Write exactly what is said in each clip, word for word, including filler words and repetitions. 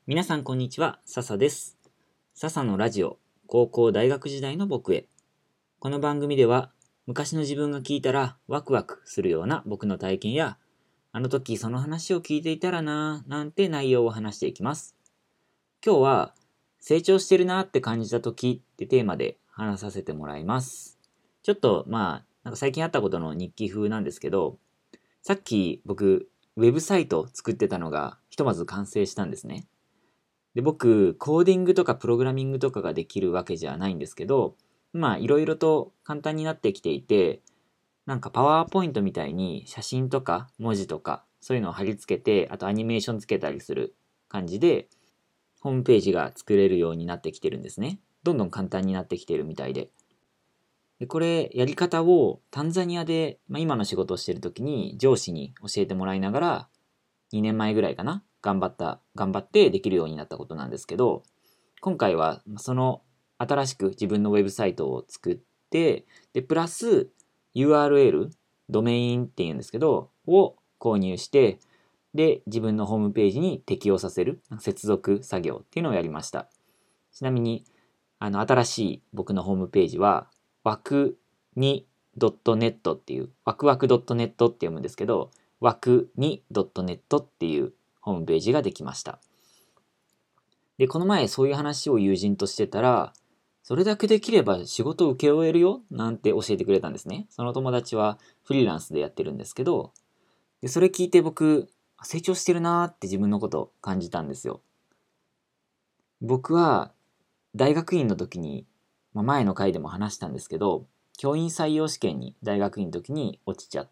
皆さんこんにちは、笹です。笹のラジオ、高校大学時代の僕へ。この番組では、昔の自分が聞いたらワクワクするような僕の体験や、あの時その話を聞いていたらなぁなんて内容を話していきます。今日は、成長してるなって感じた時ってテーマで話させてもらいます。ちょっとまあ、なんか最近あったことの日記風なんですけど、さっき僕、ウェブサイト作ってたのがひとまず完成したんですね。で、僕、コーディングとかプログラミングとかができるわけじゃないんですけど、まあ、いろいろと簡単になってきていて、なんかパワーポイントみたいに写真とか文字とか、そういうのを貼り付けて、あとアニメーションつけたりする感じで、ホームページが作れるようになってきてるんですね。どんどん簡単になってきてるみたいで。で、これ、やり方をタンザニアで、まあ、今の仕事をしてる時に上司に教えてもらいながら、にねんまえぐらいかな、頑張った、頑張ってできるようになったことなんですけど、今回はその新しく自分のウェブサイトを作って、で、プラス ユーアールエル、ドメインっていうんですけど、を購入して、で、自分のホームページに適用させる接続作業っていうのをやりました。ちなみに、あの、新しい僕のホームページは、ワクに ドットネット っていう、ワクワク ドットネット って読むんですけど、ワクに ドットネット っていうホームページができました。で、この前そういう話を友人としてたら、それだけできれば仕事を請け負えるよなんて教えてくれたんですね。その友達はフリーランスでやってるんですけど、でそれ聞いて僕、成長してるなーって自分のことを感じたんですよ。僕は大学院の時に、まあ、前の回でも話したんですけど、教員採用試験に大学院の時に落ちちゃって、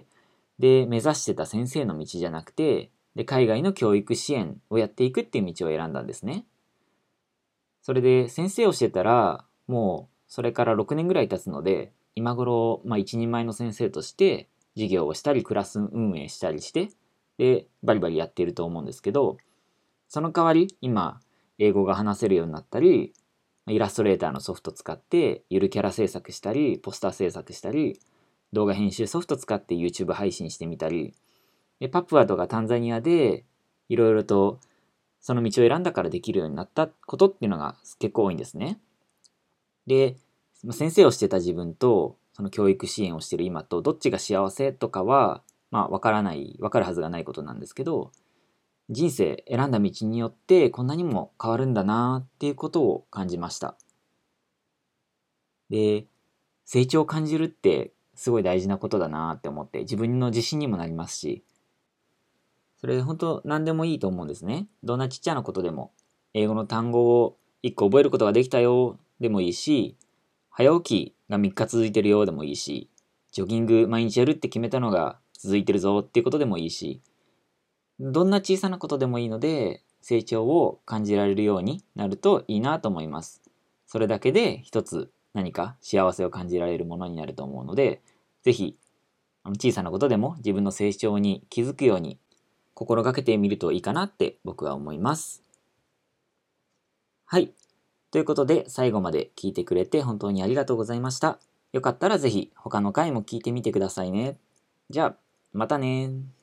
で、目指してた先生の道じゃなくて、で、海外の教育支援をやっていくっていう道を選んだんですね。それで先生をしてたら、もうそれからろくねんぐらい経つので、今頃、まあ一人前の先生として授業をしたりクラス運営したりして、で、バリバリやっていると思うんですけど、その代わり今、英語が話せるようになったり、イラストレーターのソフト使ってゆるキャラ制作したり、ポスター制作したり、動画編集ソフト使って YouTube 配信してみたり、でパプアとかタンザニアでいろいろとその道を選んだからできるようになったことっていうのが結構多いんですね。で、先生をしてた自分とその教育支援をしてる今とどっちが幸せとかはまあわからない、わかるはずがないことなんですけど、人生選んだ道によってこんなにも変わるんだなっていうことを感じました。で、成長を感じるってすごい大事なことだなって思って自分の自信にもなりますし、それ本当何でもいいと思うんですね。どんなちっちゃなことでも。英語の単語をいっこ覚えることができたよでもいいし、早起きがみっか続いてるよでもいいし、ジョギング毎日やるって決めたのが続いてるぞっていうことでもいいし、どんな小さなことでもいいので、成長を感じられるようになるといいなと思います。それだけで一つ何か幸せを感じられるものになると思うので、ぜひ小さなことでも自分の成長に気づくように心がけてみるといいかなって僕は思います。はい。ということで最後まで聞いてくれて本当にありがとうございました。よかったらぜひ他の回も聞いてみてくださいね。じゃあ、またね。